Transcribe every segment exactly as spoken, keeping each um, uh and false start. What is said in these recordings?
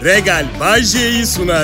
Regal Bajje'yi sunar.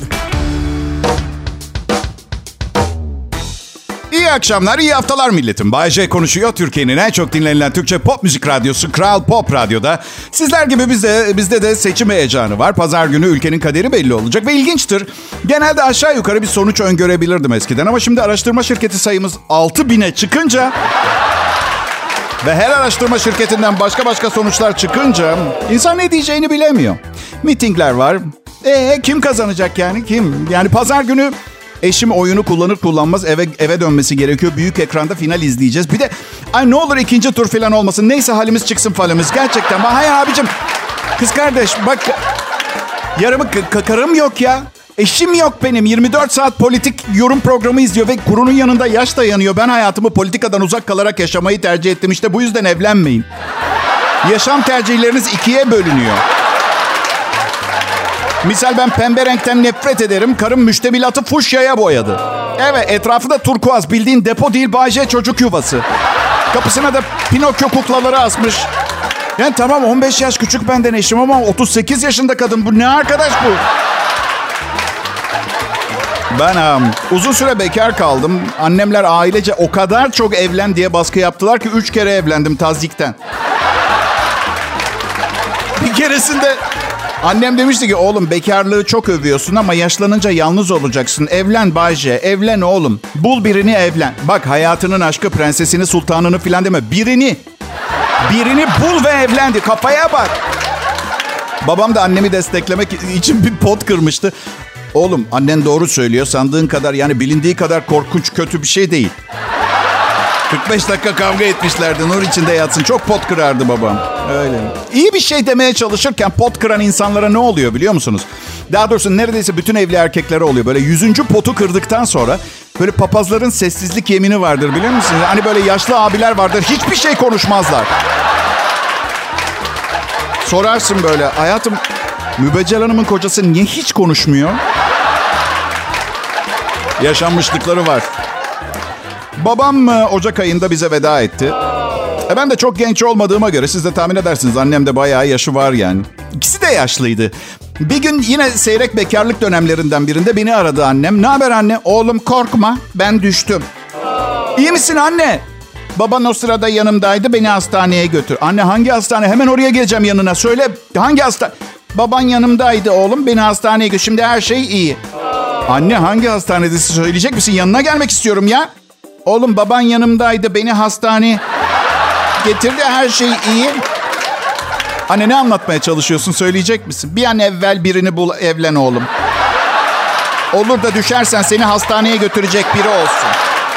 İyi akşamlar, iyi haftalar milletim. Bay J konuşuyor. Türkiye'nin en çok dinlenilen Türkçe pop müzik radyosu Kral Pop Radyo'da. Sizler gibi bizde, bizde de seçim heyecanı var. Pazar günü ülkenin kaderi belli olacak ve ilginçtir. Genelde aşağı yukarı bir sonuç öngörebilirdim eskiden ama şimdi araştırma şirketi sayımız altı bine çıkınca ve her araştırma şirketinden başka başka sonuçlar çıkınca insan ne diyeceğini bilemiyor. Mitingler var. Ee kim kazanacak yani kim? Yani pazar günü eşim oyunu kullanır kullanmaz eve eve dönmesi gerekiyor. Büyük ekranda final izleyeceğiz. Bir de ay ne olur ikinci tur falan olmasın. Neyse halimiz çıksın falimiz. Gerçekten. Hayır abicim. Kız kardeş bak. Yarımı k- karım yok ya. Eşim yok benim. yirmi dört saat politik yorum programı izliyor ve kurunun yanında yaş dayanıyor. Ben hayatımı politikadan uzak kalarak yaşamayı tercih ettim. İşte bu yüzden evlenmeyin. Yaşam tercihleriniz ikiye bölünüyor. Misal ben pembe renkten nefret ederim. Karım müştemilatı fuşyaya boyadı. Evet, etrafı da turkuaz. Bildiğin depo değil, Bay J çocuk yuvası. Kapısına da Pinokyo kuklaları asmış. Yani tamam on beş yaş küçük benden eşim ama otuz sekiz yaşında kadın. Bu ne arkadaş bu? Ben um, uzun süre bekar kaldım. Annemler ailece o kadar çok evlen diye baskı yaptılar ki üç kere evlendim tazikten. Bir keresinde annem demişti ki oğlum bekarlığı çok övüyorsun ama yaşlanınca yalnız olacaksın. Evlen Bay J, evlen oğlum. Bul birini evlen. Bak hayatının aşkı, prensesini, sultanını filan deme. Birini. Birini bul ve evlendi. Kafaya bak. Babam da annemi desteklemek için bir pot kırmıştı. Oğlum annen doğru söylüyor. Sandığın kadar yani bilindiği kadar korkunç kötü bir şey değil. kırk beş dakika kavga etmişlerdi. Nur içinde yatsın. Çok pot kırardı babam. Öyle. İyi bir şey demeye çalışırken pot kıran insanlara ne oluyor biliyor musunuz? Daha doğrusu neredeyse bütün evli erkeklere oluyor. Böyle yüzüncü potu kırdıktan sonra böyle papazların sessizlik yemini vardır biliyor musunuz? Hani böyle yaşlı abiler vardır. Hiçbir şey konuşmazlar. Sorarsın böyle hayatım Mübeccel Hanım'ın kocası niye hiç konuşmuyor? Yaşanmışlıkları var. Babam Ocak ayında bize veda etti. E ben de çok genç olmadığıma göre siz de tahmin edersiniz. Annem de bayağı yaşı var yani. İkisi de yaşlıydı. Bir gün yine seyrek bekarlık dönemlerinden birinde beni aradı annem. Ne haber anne? Oğlum korkma ben düştüm. İyi misin anne? Baban o sırada yanımdaydı beni hastaneye götür. Anne hangi hastane? Hemen oraya geleceğim yanına. Söyle hangi hastane? Baban yanımdaydı oğlum beni hastaneye götür. Şimdi her şey iyi. Anne hangi hastanede söyleyecek misin? Yanına gelmek istiyorum ya. Oğlum baban yanımdaydı beni hastaneye getirdi her şey iyi. Anne ne anlatmaya çalışıyorsun söyleyecek misin? Bir an evvel birini bul evlen oğlum. Olur da düşersen seni hastaneye götürecek biri olsun.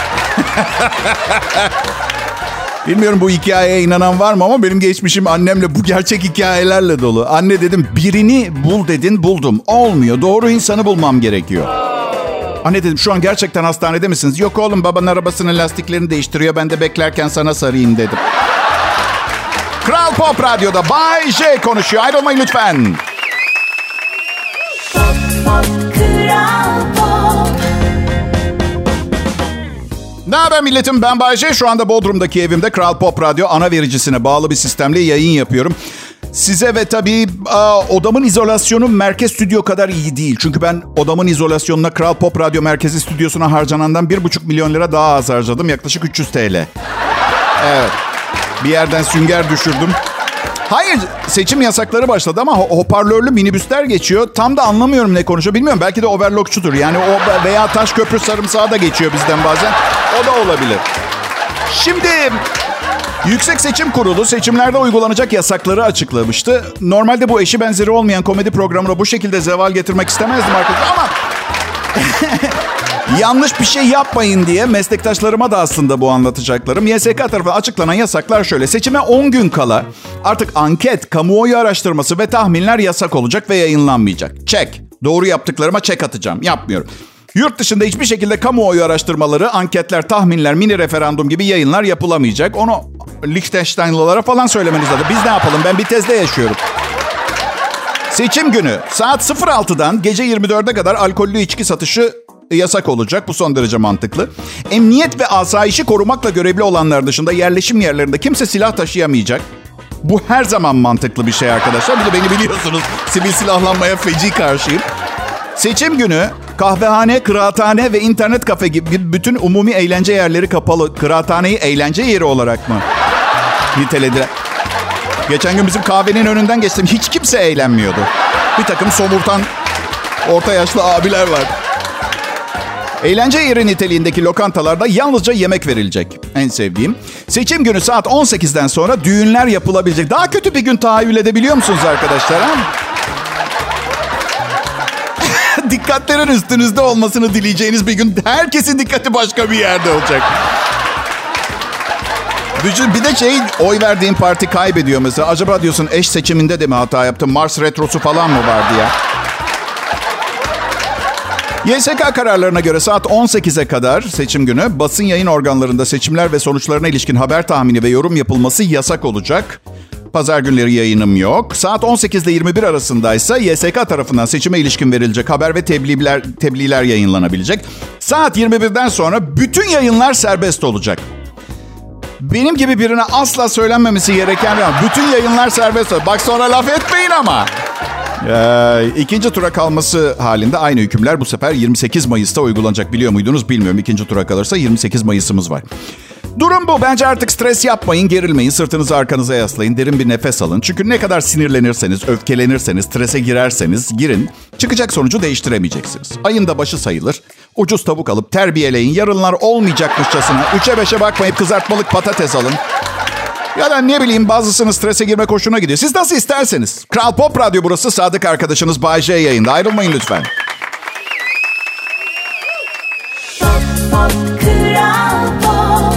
Bilmiyorum bu hikayeye inanan var mı ama benim geçmişim annemle bu gerçek hikayelerle dolu. Anne dedim birini bul dedin buldum. Olmuyor doğru insanı bulmam gerekiyor. Anne dedim şu an gerçekten hastanede misiniz? Yok oğlum babanın arabasının lastiklerini değiştiriyor. Ben de beklerken sana sarayım dedim. Kral Pop Radyo'da Bay J konuşuyor. Ayrılmayın lütfen. Pop, pop, Kral Pop. Ne haber milletim? Ben Bay J. Şu anda Bodrum'daki evimde Kral Pop Radyo ana vericisine bağlı bir sistemle yayın yapıyorum. Size ve tabii odamın izolasyonu merkez stüdyo kadar iyi değil. Çünkü ben odamın izolasyonuna Kral Pop Radyo merkezi stüdyosuna harcanandan bir buçuk milyon lira daha az harcadım. Yaklaşık üç yüz TL. Evet. Bir yerden sünger düşürdüm. Hayır, seçim yasakları başladı ama hoparlörlü minibüsler geçiyor. Tam da anlamıyorum ne konuşuyor. Bilmiyorum, belki de overlockçudur. Yani o veya Taşköprü sarımsağı da geçiyor bizden bazen. O da olabilir. Şimdi Yüksek Seçim Kurulu seçimlerde uygulanacak yasakları açıklamıştı. Normalde bu eşi benzeri olmayan komedi programına bu şekilde zeval getirmek istemezdim arkadaşlar ama yanlış bir şey yapmayın diye meslektaşlarıma da aslında bu anlatacaklarım. Y S K tarafından açıklanan yasaklar şöyle. Seçime on gün kala artık anket, kamuoyu araştırması ve tahminler yasak olacak ve yayınlanmayacak. Çek. Doğru yaptıklarıma çek atacağım. Yapmıyorum. Yurt dışında hiçbir şekilde kamuoyu araştırmaları, anketler, tahminler, mini referandum gibi yayınlar yapılamayacak. Onu Liechtensteinlılara falan söylemeniz lazım. Biz ne yapalım? Ben Bitez'de yaşıyorum. Seçim günü saat sıfır altıdan gece yirmi dörde kadar alkollü içki satışı yasak olacak. Bu son derece mantıklı. Emniyet ve asayişi korumakla görevli olanlar dışında yerleşim yerlerinde kimse silah taşıyamayacak. Bu her zaman mantıklı bir şey arkadaşlar. Bir de beni biliyorsunuz, sivil silahlanmaya feci karşıyım. Seçim günü kahvehane, kıraathane ve internet kafe gibi bütün umumi eğlence yerleri kapalı. Kıraathaneyi eğlence yeri olarak mı nitelediler? Geçen gün bizim kahvenin önünden geçtim. Hiç kimse eğlenmiyordu. Bir takım somurtan orta yaşlı abiler var. Eğlence yeri niteliğindeki lokantalarda yalnızca yemek verilecek. En sevdiğim. Seçim günü saat on sekizden sonra düğünler yapılabilecek. Daha kötü bir gün tahayyül edebiliyor musunuz arkadaşlar? Ha? Dikkatlerin üstünüzde olmasını dileyeceğiniz bir gün herkesin dikkati başka bir yerde olacak. Bir de şey, oy verdiğin parti kaybediyor mesela. Acaba diyorsun eş seçiminde de mi hata yaptın? Mars retrosu falan mı vardı ya? Y S K kararlarına göre saat on sekize kadar seçim günü basın yayın organlarında seçimler ve sonuçlarına ilişkin haber tahmini ve yorum yapılması yasak olacak. Pazar günleri yayınım yok. Saat on sekiz ile yirmi bir arasındaysa Y S K tarafından seçime ilişkin verilecek haber ve tebliğler, tebliğler yayınlanabilecek. Saat yirmi birden sonra bütün yayınlar serbest olacak. Benim gibi birine asla söylenmemesi gereken bütün yayınlar serbest olacak. Bak sonra laf etmeyin ama. Ee, ikinci tura kalması halinde aynı hükümler bu sefer yirmi sekiz Mayıs'ta uygulanacak. Biliyor muydunuz bilmiyorum. İkinci tura kalırsa yirmi sekiz Mayıs'ımız var. Durum bu. Bence artık stres yapmayın, gerilmeyin. Sırtınızı arkanıza yaslayın. Derin bir nefes alın. Çünkü ne kadar sinirlenirseniz, öfkelenirseniz, strese girerseniz girin. Çıkacak sonucu değiştiremeyeceksiniz. Ayın da başı sayılır. Ucuz tavuk alıp terbiyeleyin. Yarınlar olmayacakmışçasına. Üçe beşe bakmayıp kızartmalık patates alın. Ya da ne bileyim bazısının strese girmek hoşuna gidiyor. Siz nasıl isterseniz. Kral Pop Radyo burası. Sadık arkadaşınız Bay J yayında. Ayrılmayın lütfen. Pop, pop, Kral Pop.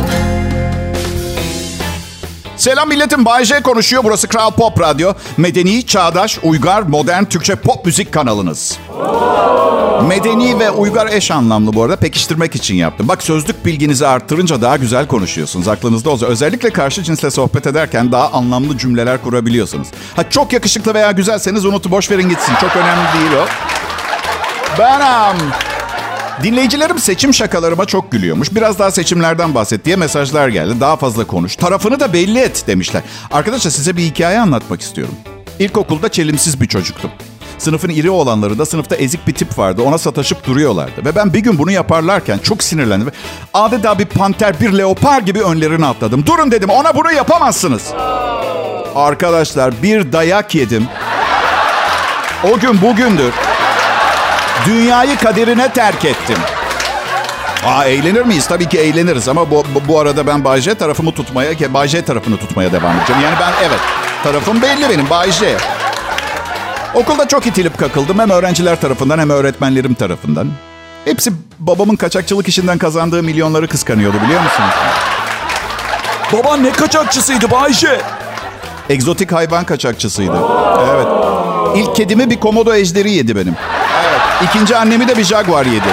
Selam milletim, Bay J konuşuyor. Burası Kral Pop Radyo. Medeni, çağdaş, uygar, modern, Türkçe pop müzik kanalınız. Medeni ve uygar eş anlamlı bu arada. Pekiştirmek için yaptım. Bak sözlük bilginizi arttırınca daha güzel konuşuyorsunuz. Aklınızda olsa. Özellikle karşı cinsle sohbet ederken daha anlamlı cümleler kurabiliyorsunuz. Ha çok yakışıklı veya güzelseniz unutu boş verin gitsin. Çok önemli değil o. Benim. Dinleyicilerim seçim şakalarıma çok gülüyormuş. Biraz daha seçimlerden bahset diye mesajlar geldi. Daha fazla konuş. Tarafını da belli et demişler. Arkadaşlar size bir hikaye anlatmak istiyorum. İlkokulda çelimsiz bir çocuktum. Sınıfın iri olanları da sınıfta ezik bir tip vardı. Ona sataşıp duruyorlardı. Ve ben bir gün bunu yaparlarken çok sinirlendim. Adeta bir panter, bir leopar gibi önlerine atladım. Durun dedim, ona bunu yapamazsınız. Arkadaşlar bir dayak yedim. O gün bugündür. Dünyayı kaderine terk ettim. Aa, eğlenir miyiz? Tabii ki eğleniriz ama bu, bu, bu arada ben Bay J tarafımı tutmaya, Bay J tarafını tutmaya devam edeceğim. Yani ben evet, tarafım belli benim, Bay J. Okulda çok itilip kakıldım hem öğrenciler tarafından hem öğretmenlerim tarafından. Hepsi babamın kaçakçılık işinden kazandığı milyonları kıskanıyordu biliyor musunuz? Baban ne kaçakçısıydı Bay J? Egzotik hayvan kaçakçısıydı. Evet. İlk kedimi bir komodo ejderi yedi benim. Evet. İkinci annemi de bir jaguar yedi.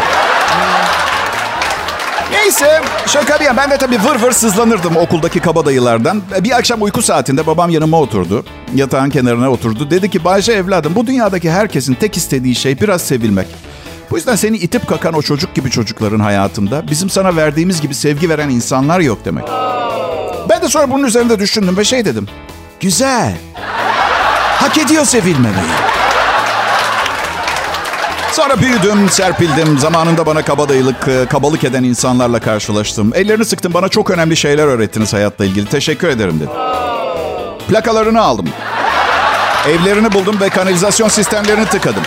Neyse şaka bir yana. Ben de tabii vır vır sızlanırdım okuldaki kabadayılardan. Bir akşam uyku saatinde babam yanıma oturdu. Yatağın kenarına oturdu. Dedi ki Bay J evladım, bu dünyadaki herkesin tek istediği şey biraz sevilmek. Bu yüzden seni itip kakan o çocuk gibi çocukların hayatında bizim sana verdiğimiz gibi sevgi veren insanlar yok demek. Ben de sonra bunun üzerinde düşündüm ve şey dedim. Güzel. Hak ediyor sevilmemeyi. Sonra büyüdüm, serpildim. Zamanında bana kabadayılık, kabalık eden insanlarla karşılaştım. Ellerini sıktım, bana çok önemli şeyler öğrettiniz hayatla ilgili. Teşekkür ederim dedim. Plakalarını aldım. Evlerini buldum ve kanalizasyon sistemlerini tıkadım.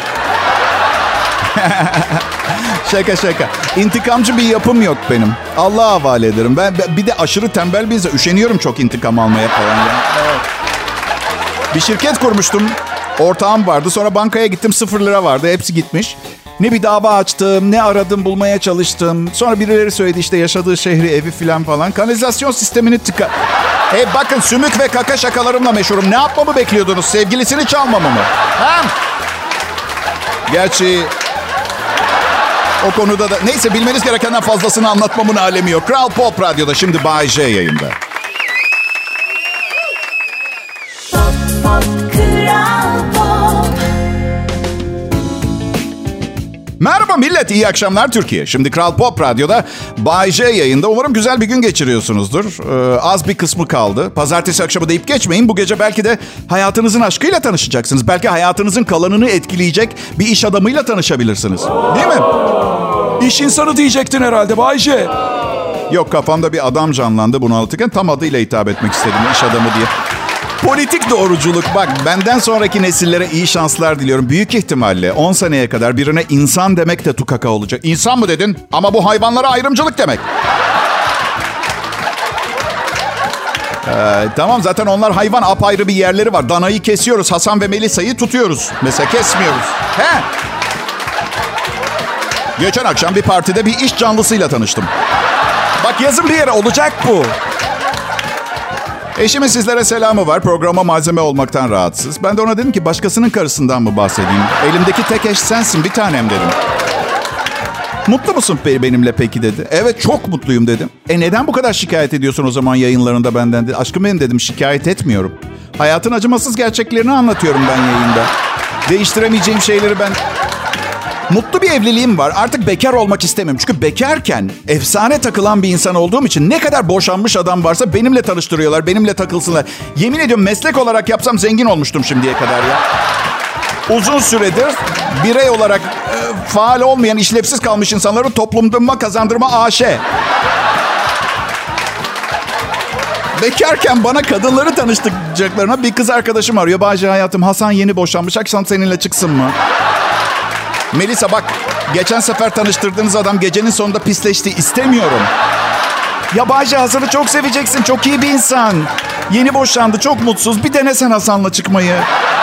Şaka şaka. İntikamcı bir yapım yok benim. Allah'a havale ederim. Ben bir de aşırı tembel bir insan. Üşeniyorum çok intikam almaya falan. Yani. Evet. Bir şirket kurmuştum. Ortağım vardı. Sonra bankaya gittim, sıfır lira vardı. Hepsi gitmiş. Ne bir dava açtım, ne aradım, bulmaya çalıştım. Sonra birileri söyledi işte yaşadığı şehri, evi filan falan. Kanalizasyon sistemini tıka... Hey bakın, sümük ve kaka şakalarımla meşhurum. Ne yapmamı bekliyordunuz? Sevgilisini çalmamı mı? Ha? Gerçi... O konuda da... Neyse, bilmeniz gerekenden fazlasını anlatmamın alemi yok. Kral Pop Radyo'da şimdi Bay J yayında. Pop, pop, Kral Pop. Merhaba millet, iyi akşamlar Türkiye. Şimdi Kral Pop Radyo'da Bay J yayında. Umarım güzel bir gün geçiriyorsunuzdur. Ee, az bir kısmı kaldı. Pazartesi akşamı deyip geçmeyin. Bu gece belki de hayatınızın aşkıyla tanışacaksınız. Belki hayatınızın kalanını etkileyecek bir iş adamıyla tanışabilirsiniz. Değil mi? İş insanı diyecektin herhalde Bay J. Yok, kafamda bir adam canlandı bunu anlatırken, tam adıyla hitap etmek istedim, iş adamı diye. Politik doğruculuk. Bak, benden sonraki nesillere iyi şanslar diliyorum. Büyük ihtimalle on seneye kadar birine insan demek de tukaka olacak. İnsan mı dedin? Ama bu hayvanlara ayrımcılık demek. Ee, tamam, zaten onlar hayvan, apayrı bir yerleri var. Danayı kesiyoruz, Hasan ve Melisa'yı tutuyoruz. Mesela kesmiyoruz. He? Geçen akşam bir partide bir iş canlısıyla tanıştım. Bak, yazın bir yere olacak bu. Eşimin sizlere selamı var. Programa malzeme olmaktan rahatsız. Ben de ona dedim ki başkasının karısından mı bahsedeyim? Elimdeki tek eş sensin bir tanem dedim. Mutlu musun benimle peki dedi. Evet, çok mutluyum dedim. E neden bu kadar şikayet ediyorsun o zaman yayınlarında benden dedi. Aşkım benim dedim, şikayet etmiyorum. Hayatın acımasız gerçeklerini anlatıyorum ben yayında. Değiştiremeyeceğim şeyleri ben... Mutlu bir evliliğim var. Artık bekar olmak istemiyorum. Çünkü bekarken efsane takılan bir insan olduğum için ne kadar boşanmış adam varsa benimle tanıştırıyorlar. Benimle takılsınlar. Yemin ediyorum meslek olarak yapsam zengin olmuştum şimdiye kadar ya. Uzun süredir birey olarak e, faal olmayan, işlevsiz kalmış insanları toplumda kazandırma A Ş. Bekarken bana kadınları tanıştıracaklarına bir kız arkadaşım arıyor. Bahçe hayatım, Hasan yeni boşanmış. Akşam seninle çıksın mı? Melisa bak, geçen sefer tanıştırdığınız adam gecenin sonunda pisleşti. İstemiyorum. Ya Bayce, Hasan'ı çok seveceksin. Çok iyi bir insan. Yeni boşandı, çok mutsuz. Bir denesen Hasan'la çıkmayı.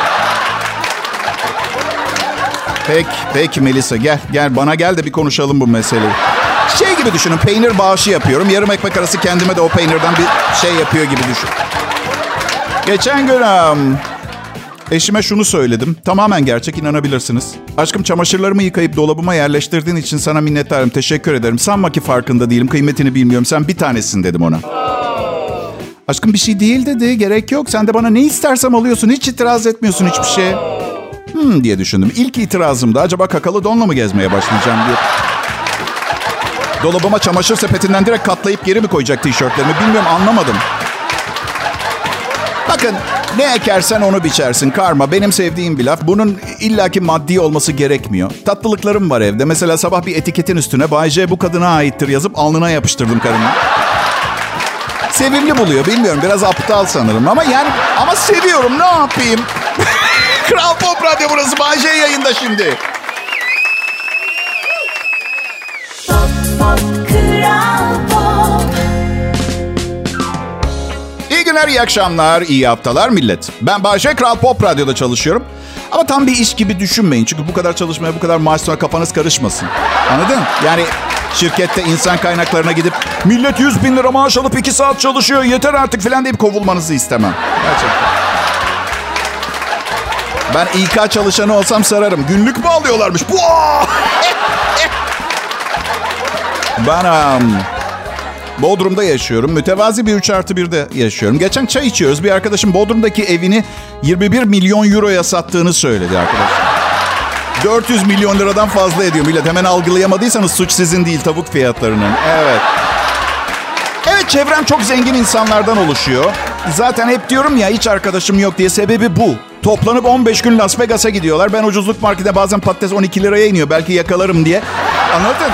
Peki, peki Melisa gel. Gel bana gel de bir konuşalım bu meseleyi. Şey gibi düşünün, peynir bağışı yapıyorum. Yarım ekmek arası kendime de o peynirden bir şey yapıyor gibi düşün. Geçen gün... Um, Eşime şunu söyledim. Tamamen gerçek, inanabilirsiniz. Aşkım, çamaşırlarımı yıkayıp dolabıma yerleştirdiğin için sana minnettarım. Teşekkür ederim. Sanma ki farkında değilim. Kıymetini bilmiyorum. Sen bir tanesin dedim ona. Aşkım bir şey değil dedi. Gerek yok. Sen de bana ne istersem alıyorsun. Hiç itiraz etmiyorsun hiçbir şeye. Hmm diye düşündüm. İlk itirazımda acaba kakalı donla mı gezmeye başlayacağım diye. Dolabıma çamaşır sepetinden direkt katlayıp geri mi koyacak tişörtlerimi bilmiyorum, anlamadım. Bakın, ne ekersen onu biçersin. Karma benim sevdiğim bir laf. Bunun illaki maddi olması gerekmiyor. Tatlılıklarım var evde. Mesela sabah bir etiketin üstüne Bay J bu kadına aittir yazıp alnına yapıştırdım karımı. Sevimli buluyor, bilmiyorum, biraz aptal sanırım ama yani ama seviyorum, ne yapayım? Kral Pop Radyo burası, Bay J yayında şimdi. Pop, pop, Kral Pop. İyi günler, iyi akşamlar, iyi haftalar millet. Ben Bay J, Kral Pop Radyo'da çalışıyorum. Ama tam bir iş gibi düşünmeyin. Çünkü bu kadar çalışmaya, bu kadar maaş sonra kafanız karışmasın. Anladın? Yani şirkette insan kaynaklarına gidip millet yüz bin lira maaş alıp iki saat çalışıyor, yeter artık falan deyip kovulmanızı istemem. Gerçekten. Ben İK çalışanı olsam sararım. Günlük mü alıyorlarmış? Ben... Um... Bodrum'da yaşıyorum. Mütevazi bir üç artı birde yaşıyorum. Geçen çay içiyoruz. Bir arkadaşım Bodrum'daki evini yirmi bir milyon euroya sattığını söyledi arkadaşlar. dört yüz milyon liradan fazla ediyor millet. Hemen algılayamadıysanız suç sizin değil, tavuk fiyatlarının. Evet. Evet, çevrem çok zengin insanlardan oluşuyor. Zaten hep diyorum ya, hiç arkadaşım yok diye, sebebi bu. Toplanıp on beş gün Las Vegas'a gidiyorlar. Ben ucuzluk markete bazen patates on iki liraya iniyor. Belki yakalarım diye. Anladın?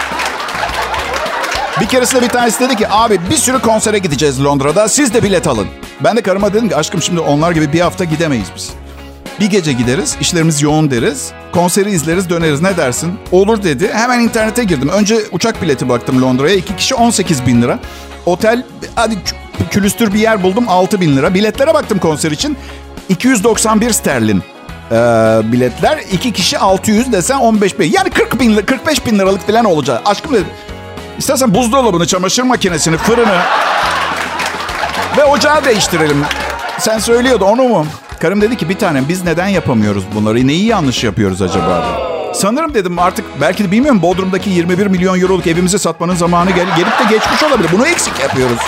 Bir keresinde bir tanesi dedi ki, abi bir sürü konsere gideceğiz Londra'da, siz de bilet alın. Ben de karıma dedim ki, aşkım şimdi onlar gibi bir hafta gidemeyiz biz. Bir gece gideriz, işlerimiz yoğun deriz, konseri izleriz, döneriz, ne dersin? Olur dedi. Hemen internete girdim. Önce uçak bileti baktım Londra'ya, iki kişi on sekiz bin lira. Otel, hadi külüstür bir yer buldum, altı bin lira. Biletlere baktım konser için, iki yüz doksan bir sterlin. Ee, biletler, iki kişi altı yüz desen on beş bin. Yani kırk bin, kırk beş bin liralık falan olacak. Aşkım dedim, İstersen buzdolabını, çamaşır makinesini, fırını ve ocağı değiştirelim. Sen söylüyordu onu mu? Karım dedi ki, bir tanem biz neden yapamıyoruz bunları? Neyi yanlış yapıyoruz acaba? Sanırım dedim artık, belki de bilmiyorum, Bodrum'daki yirmi bir milyon euroluk evimizi satmanın zamanı gel gelip de geçmiş olabilir. Bunu eksik yapıyoruz.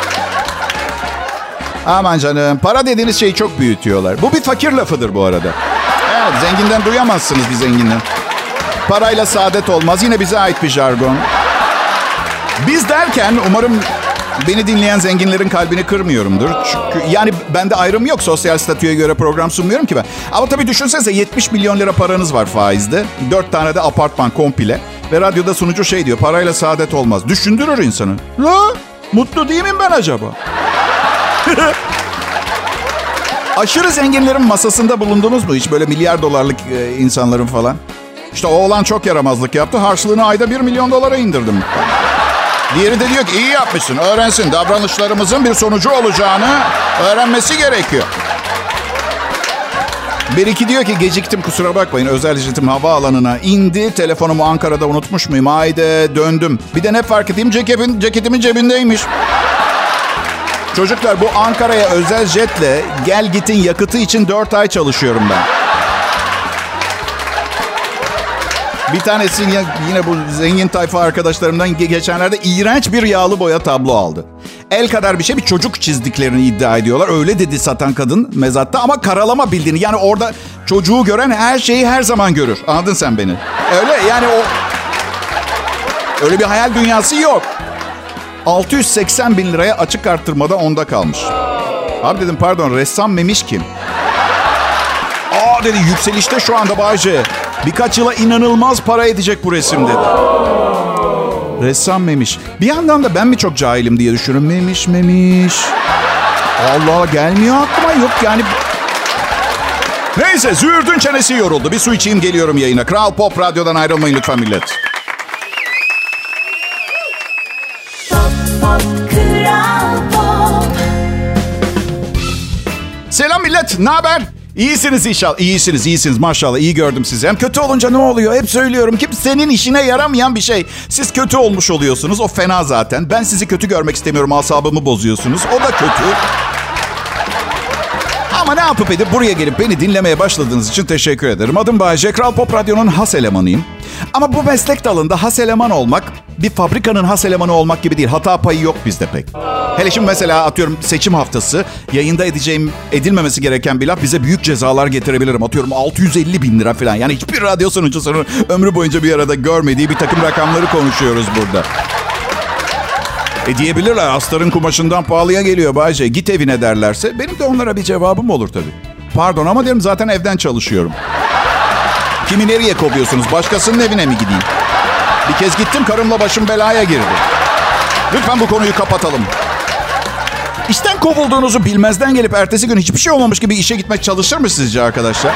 Aman canım, para dediğiniz şeyi çok büyütüyorlar. Bu bir fakir lafıdır bu arada. Evet, zenginden duyamazsınız bir zenginden. Parayla saadet olmaz. Yine bize ait bir jargon. Biz derken umarım beni dinleyen zenginlerin kalbini kırmıyorumdur. Çünkü yani bende ayrım yok. Sosyal statüye göre program sunmuyorum ki ben. Ama tabii düşünsenize yetmiş milyon lira paranız var faizde. dört tane de apartman komple. Ve radyoda sunucu şey diyor. Parayla saadet olmaz. Düşündürür insanı. La, mutlu değil miyim ben acaba? Aşırı zenginlerin masasında bulundunuz mu hiç? Böyle milyar dolarlık e, insanların falan. İşte o olan çok yaramazlık yaptı. Harçlığını ayda bir milyon dolara indirdim. Diğeri de diyor ki iyi yapmışsın. Öğrensin. Davranışlarımızın bir sonucu olacağını öğrenmesi gerekiyor. Bir iki diyor ki geciktim kusura bakmayın. Özel jetim havaalanına indi. Telefonumu Ankara'da unutmuş muyum? Haydi döndüm. Bir de ne fark edeyim ceketin, ceketimin cebindeymiş. Çocuklar bu Ankara'ya özel jetle gel gitin yakıtı için dört ay çalışıyorum ben. Bir tanesi yine bu zengin tayfa arkadaşlarımdan geçenlerde iğrenç bir yağlı boya tablo aldı. El kadar bir şey, bir çocuk çizdiklerini iddia ediyorlar. Öyle dedi satan kadın mezatta ama karalama bildiğini. Yani orada çocuğu gören her şeyi her zaman görür. Anladın sen beni? Öyle yani o... Öyle bir hayal dünyası yok. altı yüz seksen bin liraya açık arttırmada onda kalmış. Abi dedim pardon ressam Memiş kim? Aa dedi yükselişte şu anda Bayce. Birkaç yıla inanılmaz para edecek bu resim dedi. Ressam Memiş. Bir yandan da ben mi çok cahilim diye düşünüyorum. Memiş Memiş. Allah gelmiyor aklıma yok yani. Neyse züğürdün çenesi yoruldu. Bir su içeyim geliyorum yayına. Kral Pop Radyo'dan ayrılmayın lütfen millet. Selam millet, ne haber? İyisiniz inşallah. İyisiniz, iyisiniz maşallah. İyi gördüm sizi. Hem kötü olunca ne oluyor? Hep söylüyorum ki senin işine yaramayan bir şey. Siz kötü olmuş oluyorsunuz. O fena zaten. Ben sizi kötü görmek istemiyorum. Asabımı bozuyorsunuz. O da kötü. Ama ne yapıp edip buraya gelip beni dinlemeye başladığınız için teşekkür ederim. Adım Bayece. Kral Pop Radyo'nun has elemanıyım. Ama bu meslek dalında has eleman olmak bir fabrikanın has elemanı olmak gibi değil. Hata payı yok bizde pek. Hele şimdi mesela atıyorum seçim haftası yayında edeceğim edilmemesi gereken bir laf bize büyük cezalar getirebilirim. Atıyorum altı yüz elli bin lira falan. Yani hiçbir radyo sunucusunun ömrü boyunca bir arada görmediği bir takım rakamları konuşuyoruz burada. E diyebilirler astarın kumaşından pahalıya geliyor Bayce. Git evine derlerse benim de onlara bir cevabım olur tabii. Pardon ama derim zaten evden çalışıyorum. Kimi nereye kovuyorsunuz? Başkasının evine mi gideyim? Bir kez gittim karımla başım belaya girdi. Lütfen bu konuyu kapatalım. İşten kovulduğunuzu bilmezden gelip ertesi gün hiçbir şey olmamış gibi işe gitmek çalışır mı sizce arkadaşlar?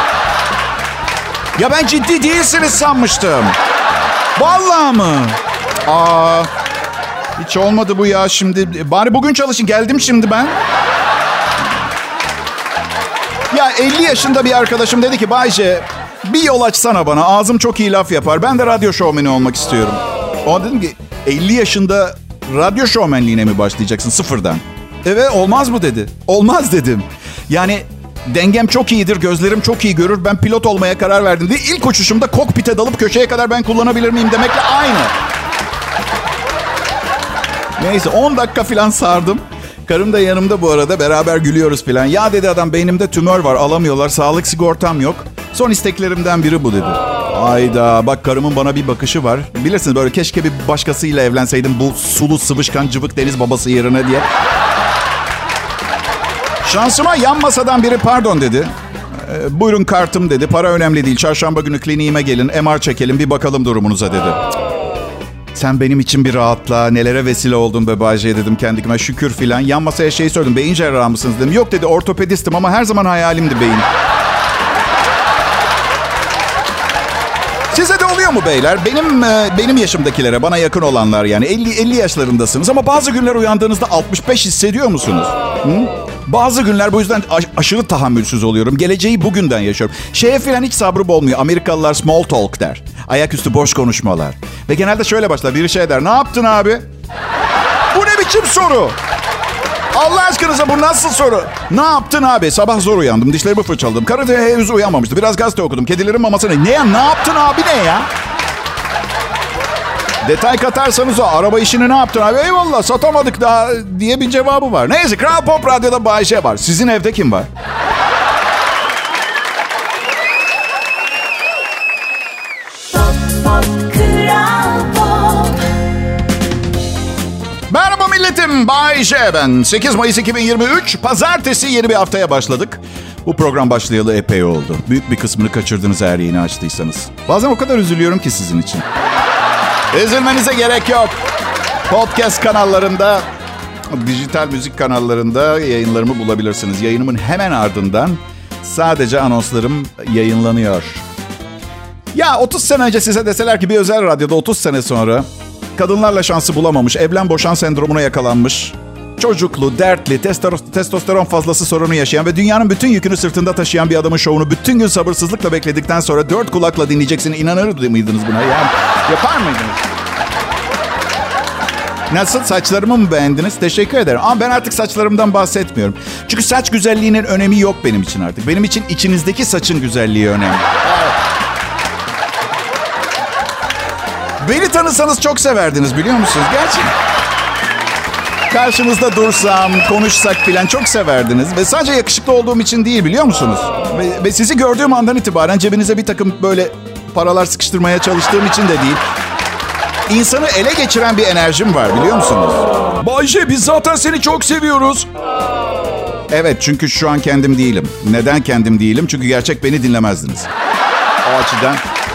Ya ben ciddi değilsiniz sanmıştım. Vallahi mı? Aa, hiç olmadı bu ya şimdi. Bari bugün çalışın. Geldim şimdi ben. Ya elli yaşında bir arkadaşım dedi ki Bayce bir yol açsana bana. Ağzım çok iyi laf yapar. Ben de radyo şovmeni olmak istiyorum. Ona dedim ki elli yaşında radyo şovmenliğine mi başlayacaksın sıfırdan? Evet olmaz mı dedi. Olmaz dedim. Yani dengem çok iyidir, gözlerim çok iyi görür. Ben pilot olmaya karar verdim diye ilk uçuşumda kokpite dalıp köşeye kadar ben kullanabilir miyim demekle aynı. Neyse on dakika falan sardım. Karım da yanımda bu arada beraber gülüyoruz falan. Ya dedi adam beynimde tümör var alamıyorlar sağlık sigortam yok. Son isteklerimden biri bu dedi. Ayda bak karımın bana bir bakışı var. Bilirsiniz böyle keşke bir başkasıyla evlenseydim bu sulu sıvışkan cıvık deniz babası yerine diye. Şansıma yan masadan biri pardon dedi. E, buyurun kartım dedi. Para önemli değil. Çarşamba günü kliniğime gelin. M R çekelim bir bakalım durumunuza dedi. Sen benim için bir rahatla. Nelere vesile oldun be Bayce dedim kendime. Şükür filan. Yan masaya şey sordum. Beyin cerrahı mısınız dedim. Yok dedi ortopedistim ama her zaman hayalimdi beyin. Size de oluyor mu beyler? Benim benim yaşımdakilere, bana yakın olanlar yani elli elli yaşlarındasınız ama bazı günler uyandığınızda altmış beş hissediyor musunuz? Hı? Bazı günler bu yüzden aş- aşırı tahammülsüz oluyorum. Geleceği bugünden yaşıyorum. Şeye falan hiç sabrım olmuyor. Amerikalılar small talk der. Ayaküstü boş konuşmalar. Ve genelde şöyle başlar. Biri şey der. Ne yaptın abi? Bu ne biçim soru? Allah aşkınıza bu nasıl soru? Ne yaptın abi? Sabah zor uyandım. Dişlerimi fırçaladım. Karı da henüz uyanmamıştı. Biraz gazete okudum. Kedilerin mamasını. Ne ya? Ne yaptın abi ne ya? Detay katarsanız o. Araba işini ne yaptın abi? Eyvallah satamadık daha diye bir cevabı var. Neyse Kral Pop Radyo'da Bayşe var. Sizin evde kim var? Pop, Bay J ben. sekiz Mayıs iki bin yirmi üç Pazartesi, yeni bir haftaya başladık. Bu program başlayalı epey oldu. Büyük bir kısmını kaçırdınız eğer yeni açtıysanız. Bazen o kadar üzülüyorum ki sizin için. Üzülmenize gerek yok. Podcast kanallarında, dijital müzik kanallarında yayınlarımı bulabilirsiniz. Yayınımın hemen ardından sadece anonslarım yayınlanıyor. Ya otuz sene önce size deseler ki bir özel radyoda otuz sene sonra kadınlarla şansı bulamamış, evlen boşan sendromuna yakalanmış, çocuklu, dertli, testosteron fazlası sorunu yaşayan ve dünyanın bütün yükünü sırtında taşıyan bir adamın şovunu bütün gün sabırsızlıkla bekledikten sonra dört kulakla dinleyeceksin, inanır mıydınız buna? Yani yapar mıydınız? Nasıl, saçlarımı mı beğendiniz? Teşekkür ederim. Ama ben artık saçlarımdan bahsetmiyorum. Çünkü saç güzelliğinin önemi yok benim için artık. Benim için içinizdeki saçın güzelliği önemli. Evet. Beni tanısanız çok severdiniz, biliyor musunuz? Gerçekten. Karşınızda dursam, konuşsak filan çok severdiniz. Ve sadece yakışıklı olduğum için değil, biliyor musunuz? Ve, ve sizi gördüğüm andan itibaren cebinize bir takım böyle paralar sıkıştırmaya çalıştığım için de değil. İnsanı ele geçiren bir enerjim var, biliyor musunuz? Bay J, biz zaten seni çok seviyoruz. Evet, çünkü şu an kendim değilim. Neden kendim değilim? Çünkü gerçek beni dinlemezdiniz. O açıdan.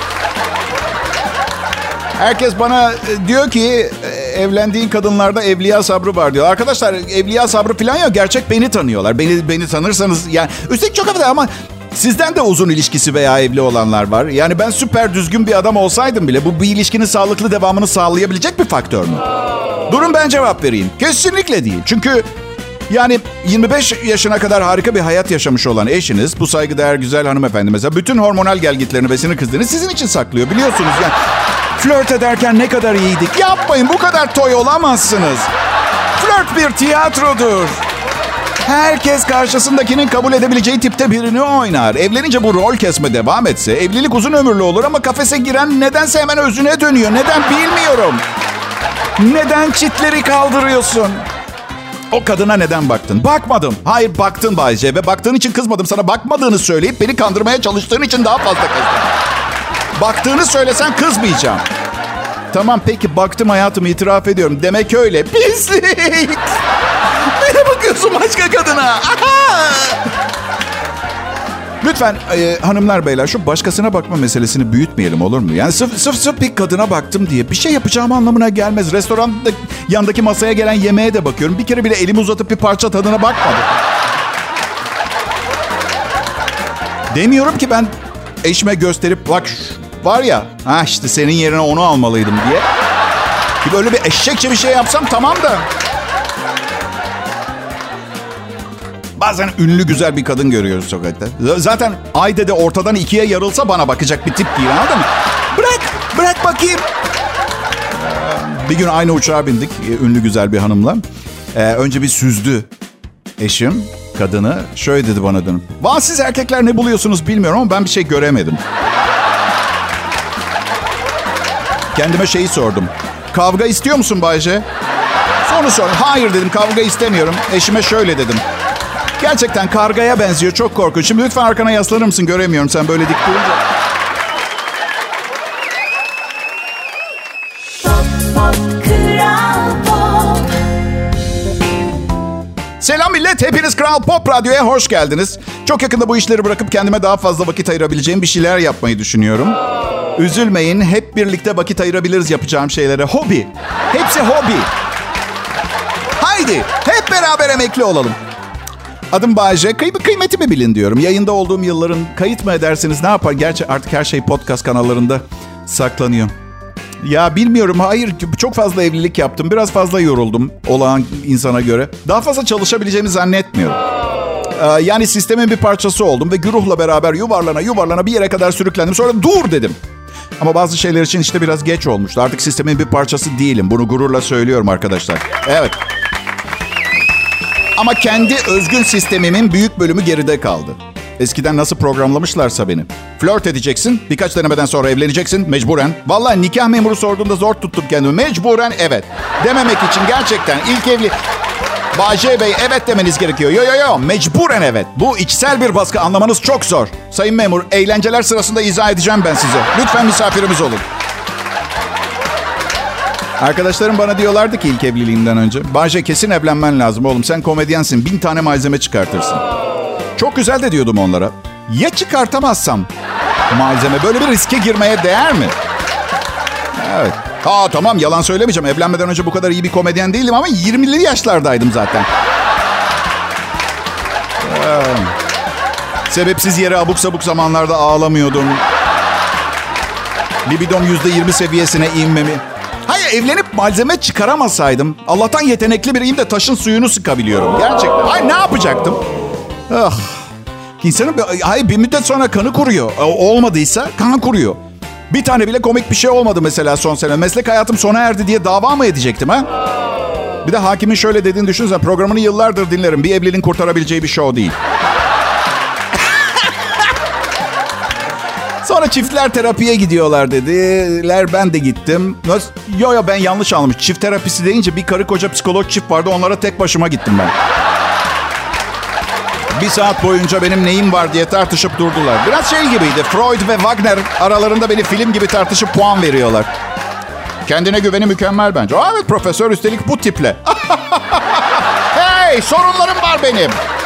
Herkes bana diyor ki evlendiğin kadınlarda evliya sabrı var diyor. Arkadaşlar, evliya sabrı falan yok. Gerçek beni tanıyorlar. Beni beni tanırsanız yani, üstelik çok affedersin ama sizden de uzun ilişkisi veya evli olanlar var. Yani ben süper düzgün bir adam olsaydım bile bu bir ilişkinin sağlıklı devamını sağlayabilecek bir faktör mü? Durun ben cevap vereyim. Kesinlikle değil. Çünkü yani yirmi beş yaşına kadar harika bir hayat yaşamış olan eşiniz, bu saygıdeğer güzel hanımefendi mesela, bütün hormonal gelgitlerini ve sinir krizlerini sizin için saklıyor, biliyorsunuz yani. Flört ederken ne kadar iyiydik. Yapmayın, bu kadar toy olamazsınız. Flört bir tiyatrodur. Herkes karşısındakinin kabul edebileceği tipte birini oynar. Evlenince bu rol kesme devam etse evlilik uzun ömürlü olur ama kafese giren nedense hemen özüne dönüyor. Neden bilmiyorum. Neden çitleri kaldırıyorsun? O kadına neden baktın? Bakmadım. Hayır, baktın Bay J ve baktığın için kızmadım. Sana bakmadığını söyleyip beni kandırmaya çalıştığın için daha fazla kızdım. Baktığını söylesen kızmayacağım. Tamam peki, baktım hayatım, itiraf ediyorum. Demek öyle. Pislik. Neye bakıyorsun başka kadına? Aha! Lütfen e, hanımlar beyler, şu başkasına bakma meselesini büyütmeyelim, olur mu? Yani sırf, sırf sırf bir kadına baktım diye bir şey yapacağım anlamına gelmez. Restoranda yandaki masaya gelen yemeğe de bakıyorum. Bir kere bile elimi uzatıp bir parça tadına bakmadım. Demiyorum ki ben eşime gösterip bak var ya, ha işte senin yerine onu almalıydım diye. Ki böyle bir eşekçe bir şey yapsam tamam da. Bazen ünlü güzel bir kadın görüyoruz sokakta. Zaten ay dede ortadan ikiye yarılsa bana bakacak bir tip değil, anladın mı? Bırak, bırak bakayım. Bir gün aynı uçağa bindik ünlü güzel bir hanımla. Ee, önce bir süzdü eşim kadını. Şöyle dedi bana dönüp. Vah, siz erkekler ne buluyorsunuz bilmiyorum ama ben bir şey göremedim. Kendime şeyi sordum. Kavga istiyor musun Bay J? Sonra sor. Hayır dedim, kavga istemiyorum. Eşime şöyle dedim. Gerçekten kargaya benziyor, çok korkunç. Şimdi lütfen arkana yaslanır mısın? Göremiyorum sen böyle dik durunca. Pop, pop, Kral Pop. Selam millet, hepiniz Kral Pop Radyo'ya hoş geldiniz. Çok yakında bu işleri bırakıp kendime daha fazla vakit ayırabileceğim bir şeyler yapmayı düşünüyorum. Üzülmeyin, hep birlikte vakit ayırabiliriz yapacağım şeylere. Hobi. Hepsi hobi. Haydi hep beraber emekli olalım. Adım Bay J. Kıy- kıymetimi bilin diyorum. Yayında olduğum yılların kayıt mı edersiniz, ne yapar? Gerçi artık her şey podcast kanallarında saklanıyor. Ya bilmiyorum, hayır, çok fazla evlilik yaptım. Biraz fazla yoruldum olağan insana göre. Daha fazla çalışabileceğimi zannetmiyorum. Ee, yani sistemin bir parçası oldum ve güruhla beraber yuvarlana yuvarlana bir yere kadar sürüklendim. Sonra dur dedim. Ama bazı şeyler için işte biraz geç olmuştu. Artık sistemin bir parçası değilim. Bunu gururla söylüyorum arkadaşlar. Evet. Ama kendi özgün sistemimin büyük bölümü geride kaldı. Eskiden nasıl programlamışlarsa beni. Flört edeceksin, birkaç denemeden sonra evleneceksin mecburen. Vallahi nikah memuru sorduğunda zor tuttum kendimi. Mecburen evet. Dememek için gerçekten ilk evli... Bay J Bey evet demeniz gerekiyor. Yo yo yo, mecburen evet. Bu içsel bir baskı, anlamanız çok zor. Sayın memur, eğlenceler sırasında izah edeceğim ben size. Lütfen misafirimiz olun. Arkadaşlarım bana diyorlardı ki ilk evliliğimden önce. Bayce kesin evlenmen lazım oğlum. Sen komedyensin. Bin tane malzeme çıkartırsın. Çok güzel de diyordum onlara. Ya çıkartamazsam malzeme? Böyle bir riske girmeye değer mi? Evet. Ha tamam yalan söylemeyeceğim. Evlenmeden önce bu kadar iyi bir komedyen değildim ama yirmili yaşlardaydım zaten. Ee, sebepsiz yere abuk sabuk zamanlarda ağlamıyordum. Libidom yüzde yirmi seviyesine inmemi. Hayır evlenip malzeme çıkaramasaydım. Allah'tan yetenekli biriyim de taşın suyunu sıkabiliyorum. Gerçekten. Ay ne yapacaktım? Ah. İnsanın bir, hayır, bir müddet sonra kanı kuruyor. Olmadıysa kan kuruyor. Bir tane bile komik bir şey olmadı mesela son sene. Meslek hayatım sona erdi diye dava mı edecektim ha? Bir de hakimin şöyle dediğini düşünsene. Programını yıllardır dinlerim. Bir evliliğin kurtarabileceği bir show değil. Sonra çiftler terapiye gidiyorlar dediler. Ben de gittim. Yo yo ben yanlış anlamış. Çift terapisi deyince bir karı koca psikolog çift vardı. Onlara tek başıma gittim ben. Bir saat boyunca benim neyim var diye tartışıp durdular. Biraz şey gibiydi. Freud ve Wagner aralarında beni film gibi tartışıp puan veriyorlar. Kendine güveni mükemmel bence. Aa, evet profesör üstelik bu tiple. Hey sorunlarım var benim.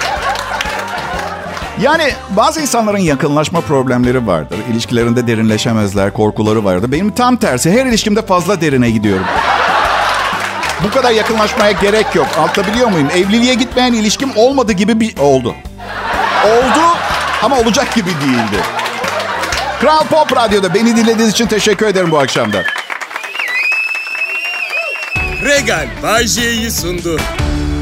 Yani bazı insanların yakınlaşma problemleri vardır. İlişkilerinde derinleşemezler, korkuları vardır. Benim tam tersi. Her ilişkimde fazla derine gidiyorum. Bu kadar yakınlaşmaya gerek yok. Anlatabiliyor muyum? Evliliğe gitmeyen ilişkim olmadı gibi bir... Oldu. Oldu ama olacak gibi değildi. Kral Pop Radyo'da beni dinlediğiniz için teşekkür ederim bu akşam da. Regal Bay J'yi sundu.